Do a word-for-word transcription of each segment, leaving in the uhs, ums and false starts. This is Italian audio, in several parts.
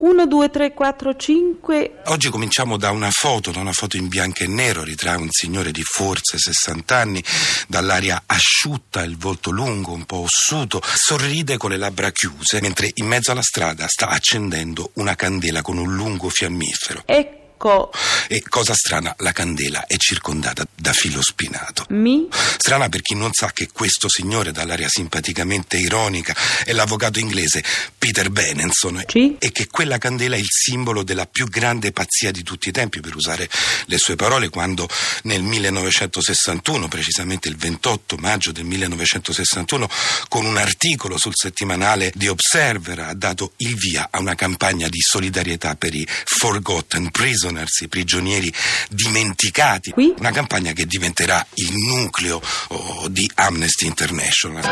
uno, due, tre, quattro, cinque. Oggi cominciamo da una foto, da una foto in bianco e nero, ritrae un signore di forse sessanta anni, dall'aria asciutta, il volto lungo, un po' ossuto, sorride con le labbra chiuse, mentre in mezzo alla strada sta accendendo una candela con un lungo fiammifero. Ecco. E cosa strana, la candela è circondata da filo spinato. Mi? Strana per chi non sa che questo signore dall'aria simpaticamente ironica è l'avvocato inglese Peter Benenson. Sì? E che quella candela è il simbolo della più grande pazzia di tutti i tempi, per usare le sue parole, quando nel millenovecentosessantuno, precisamente il ventotto maggio del millenovecentosessantuno, con un articolo sul settimanale The Observer ha dato il via a una campagna di solidarietà per i Forgotten Prisoners, i prigionieri dimenticati. Qui? Una campagna che diventerà il nucleo oh, di Amnesty International.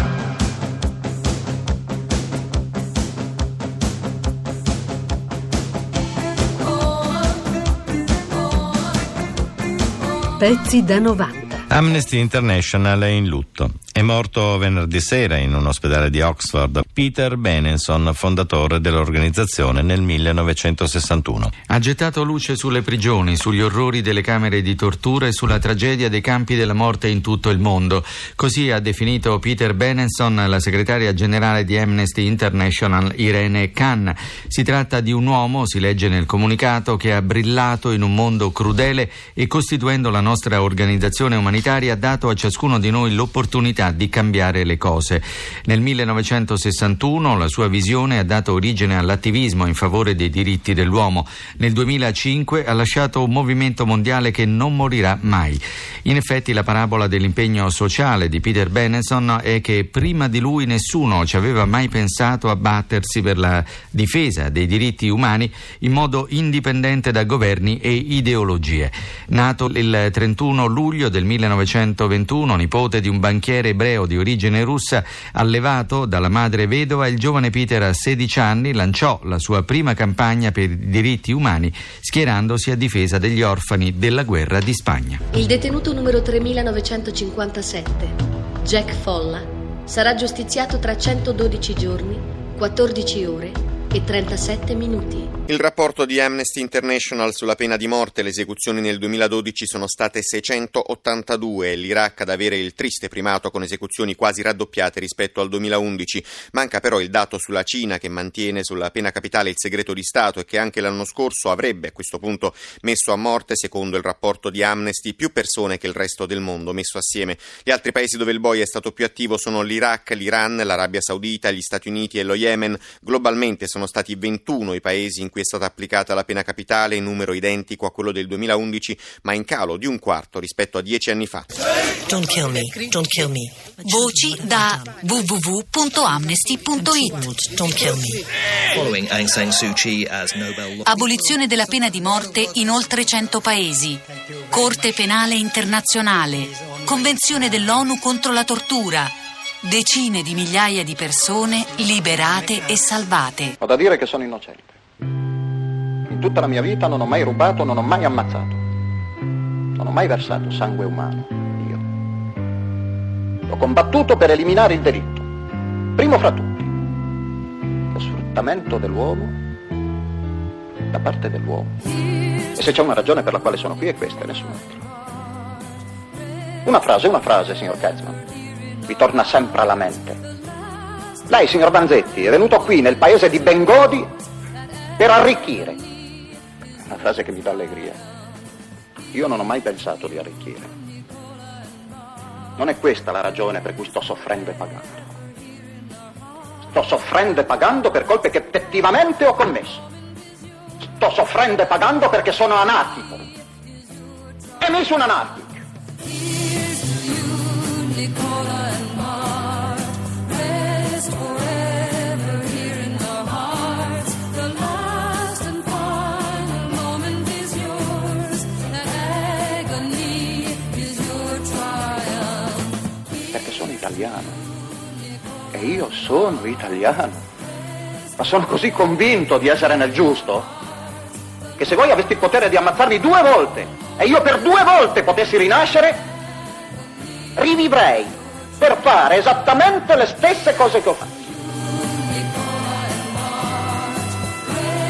Pezzi da novanta. Amnesty International è in lutto. È morto venerdì sera in un ospedale di Oxford Peter Benenson, fondatore dell'organizzazione nel millenovecentosessantuno. Ha gettato luce sulle prigioni, sugli orrori delle camere di tortura e sulla tragedia dei campi della morte in tutto il mondo. Così ha definito Peter Benenson la segretaria generale di Amnesty International, Irene Khan. Si tratta di un uomo, si legge nel comunicato, che ha brillato in un mondo crudele e, costituendo la nostra organizzazione umanitaria, ha dato a ciascuno di noi l'opportunità di cambiare le cose. Nel millenovecentosessantuno la sua visione ha dato origine all'attivismo in favore dei diritti dell'uomo. Nel duemilacinque ha lasciato un movimento mondiale che non morirà mai. In effetti la parabola dell'impegno sociale di Peter Benenson è che prima di lui nessuno ci aveva mai pensato a battersi per la difesa dei diritti umani in modo indipendente da governi e ideologie. Nato il trentuno luglio del millenovecentoventuno, nipote di un banchiere ebreo di origine russa, allevato dalla madre vedova, il giovane Peter a sedici anni lanciò la sua prima campagna per i diritti umani, schierandosi a difesa degli orfani della guerra di Spagna. Il detenuto numero tremilanovecentocinquantasette, Jack Folla, sarà giustiziato tra centododici giorni, quattordici ore e trentasette minuti. Il rapporto di Amnesty International sulla pena di morte. Le esecuzioni nel duemiladodici sono state seicentottantadue e l'Iraq ad avere il triste primato con esecuzioni quasi raddoppiate rispetto al duemilaundici. Manca però il dato sulla Cina, che mantiene sulla pena capitale il segreto di Stato e che anche l'anno scorso avrebbe a questo punto messo a morte, secondo il rapporto di Amnesty, più persone che il resto del mondo messo assieme. Gli altri paesi dove il boia è stato più attivo sono l'Iraq, l'Iran, l'Arabia Saudita, gli Stati Uniti e lo Yemen. Globalmente sono stati ventuno i paesi in cui è stata applicata la pena capitale, numero identico a quello del duemilaundici, ma in calo di un quarto rispetto a dieci anni fa. Don't kill me, don't kill me. Voci da w w w punto amnesty punto i t. Don't kill me. Following Aung San Suu Kyi as Nobel. Abolizione della pena di morte in oltre cento paesi. Corte penale internazionale. Convenzione dell'ONU contro la tortura. Decine di migliaia di persone liberate e salvate. Ho da dire che sono innocente. In tutta la mia vita non ho mai rubato, non ho mai ammazzato. Non ho mai versato sangue umano. Io. Ho combattuto per eliminare il delitto. Primo fra tutti. Lo sfruttamento dell'uomo da parte dell'uomo. E se c'è una ragione per la quale sono qui è questa e nessun'altra. Una frase, una frase, signor Katzman. Mi torna sempre alla mente. Lei, signor Vanzetti, è venuto qui nel paese di Bengodi per arricchire. Una frase che mi dà allegria. Io non ho mai pensato di arricchire. Non è questa la ragione per cui sto soffrendo e pagando. Sto soffrendo e pagando per colpe che effettivamente ho commesso. Sto soffrendo e pagando perché sono anarchico. E mi sono anarchico. Italiano. E io sono italiano. Ma sono così convinto di essere nel giusto che se voi aveste il potere di ammazzarmi due volte e io per due volte potessi rinascere, rivivrei per fare esattamente le stesse cose che ho fatto.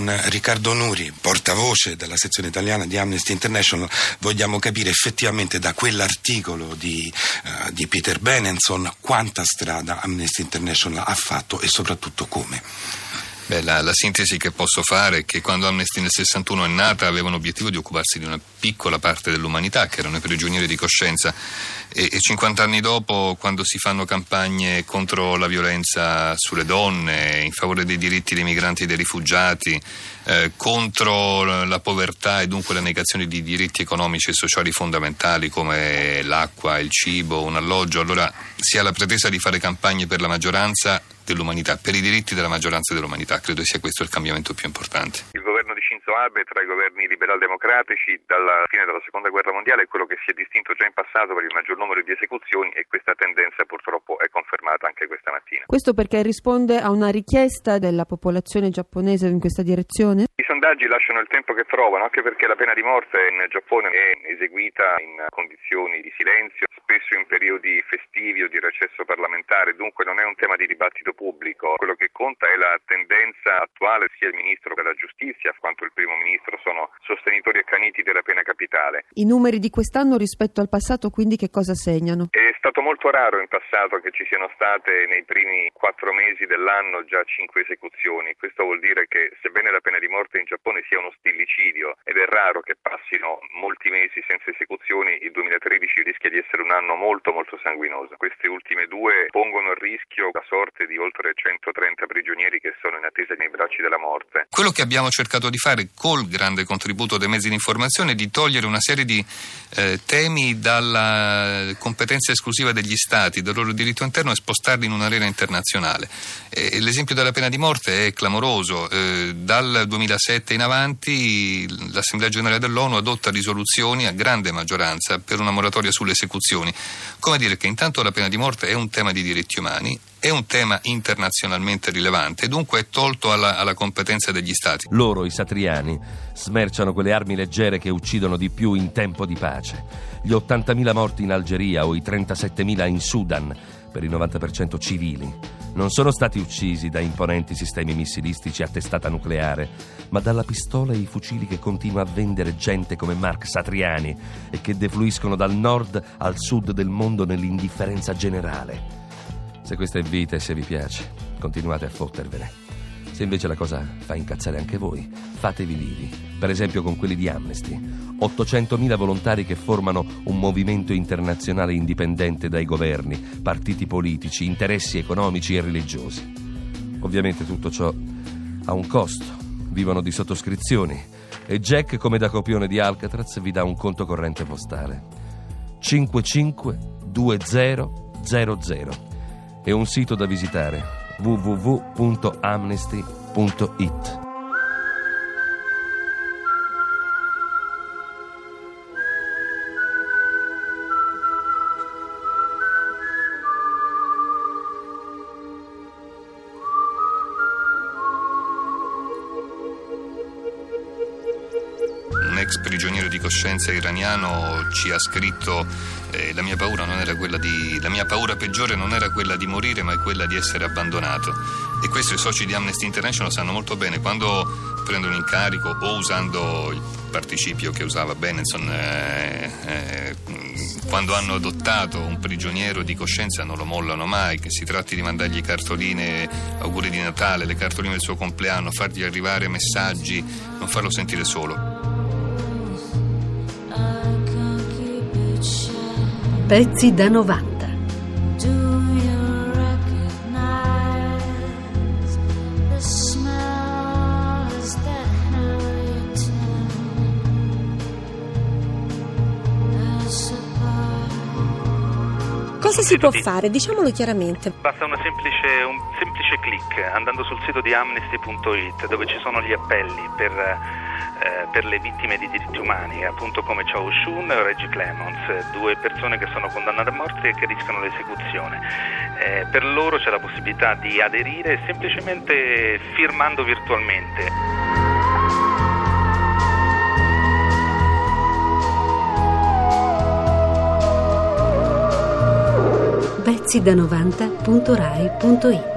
con Riccardo Nuri, portavoce della sezione italiana di Amnesty International, vogliamo capire effettivamente da quell'articolo di, uh, di Peter Benenson quanta strada Amnesty International ha fatto e soprattutto come. Beh, la, la sintesi che posso fare è che quando Amnesty nel sessantuno è nata aveva l'obiettivo di occuparsi di una piccola parte dell'umanità, che erano i prigionieri di coscienza, e, e cinquanta anni dopo, quando si fanno campagne contro la violenza sulle donne, in favore dei diritti dei migranti e dei rifugiati, eh, contro la povertà e dunque la negazione di diritti economici e sociali fondamentali come l'acqua, il cibo, un alloggio, allora si ha la pretesa di fare campagne per la maggioranza dell'umanità, per i diritti della maggioranza dell'umanità. Credo sia questo il cambiamento più importante. Il governo di Shinzo Abe, tra i governi liberal-democratici dalla fine della seconda guerra mondiale, è quello che si è distinto già in passato per il maggior numero di esecuzioni, e questa tendenza purtroppo è confermata anche questa mattina. Questo perché risponde a una richiesta della popolazione giapponese in questa direzione? I sondaggi lasciano il tempo che trovano, anche perché la pena di morte in Giappone è eseguita in condizioni di silenzio, spesso in periodi festivi o di recesso parlamentare, dunque non è un tema di dibattito pubblico. Quello che conta è la tendenza attuale. Sia il ministro della giustizia quanto il primo ministro sono sostenitori accaniti della pena capitale. I numeri di quest'anno rispetto al passato quindi che cosa segnano? È stato molto raro in passato che ci siano state nei primi quattro mesi dell'anno già cinque esecuzioni. Questo vuol dire che sebbene la pena di morte in Giappone sia uno stillicidio ed è raro che passino molti mesi senza esecuzioni, il duemilatredici rischia di essere un anno molto molto sanguinoso. Queste ultime due pongono a rischio la sorte di oltre centotrenta prigionieri che sono in attesa nei bracci della morte. Quello che abbiamo cercato di fare col grande contributo dei mezzi di informazione è di togliere una serie di eh, temi dalla competenza esclusiva degli stati, del loro diritto interno, e spostarli in un'arena internazionale. E l'esempio della pena di morte è clamoroso. Eh, dal duemilasette in avanti l'Assemblea Generale dell'ONU adotta risoluzioni a grande maggioranza per una moratoria sulle esecuzioni. Come dire che intanto la pena di morte è un tema di diritti umani, è un tema internazionalmente rilevante e dunque è tolto alla, alla competenza degli stati. Loro, i satriani, smerciano quelle armi leggere che uccidono di più in tempo di pace. Gli ottantamila morti in Algeria o i trentasettemila in Sudan, per il novanta per cento civili, non sono stati uccisi da imponenti sistemi missilistici a testata nucleare, ma dalla pistola e i fucili che continua a vendere gente come Mark Satriani e che defluiscono dal nord al sud del mondo nell'indifferenza generale. Se questa è vita e se vi piace, continuate a fottervene. Se invece la cosa fa incazzare anche voi, fatevi vivi, per esempio con quelli di Amnesty, ottocentomila volontari che formano un movimento internazionale indipendente dai governi, partiti politici, interessi economici e religiosi. Ovviamente tutto ciò ha un costo, vivono di sottoscrizioni, e Jack, come da copione di Alcatraz, vi dà un conto corrente postale cinque cinque due zero zero zero e un sito da visitare, w w w punto amnesty punto i t. Un ex prigioniero di coscienza iraniano ci ha scritto: eh, la mia paura non era quella di la mia paura peggiore non era quella di morire, ma è quella di essere abbandonato. E questo i soci di Amnesty International sanno molto bene. Quando prendono in carico, o usando il participio che usava Benenson, eh, eh, quando hanno adottato un prigioniero di coscienza non lo mollano mai, che si tratti di mandargli cartoline, auguri di Natale, le cartoline del suo compleanno, fargli arrivare messaggi, non farlo sentire solo. Pezzi da novanta. Cosa si può fare? Diciamolo chiaramente. Basta una semplice, un semplice click andando sul sito di amnesty punto i t, dove ci sono gli appelli per, eh, per le vittime di diritti umani, appunto come Chao Shun e Reggie Clemons, due persone che sono condannate a morte e che rischiano l'esecuzione. Eh, per loro c'è la possibilità di aderire semplicemente firmando virtualmente. pezzi da novanta punto rai punto it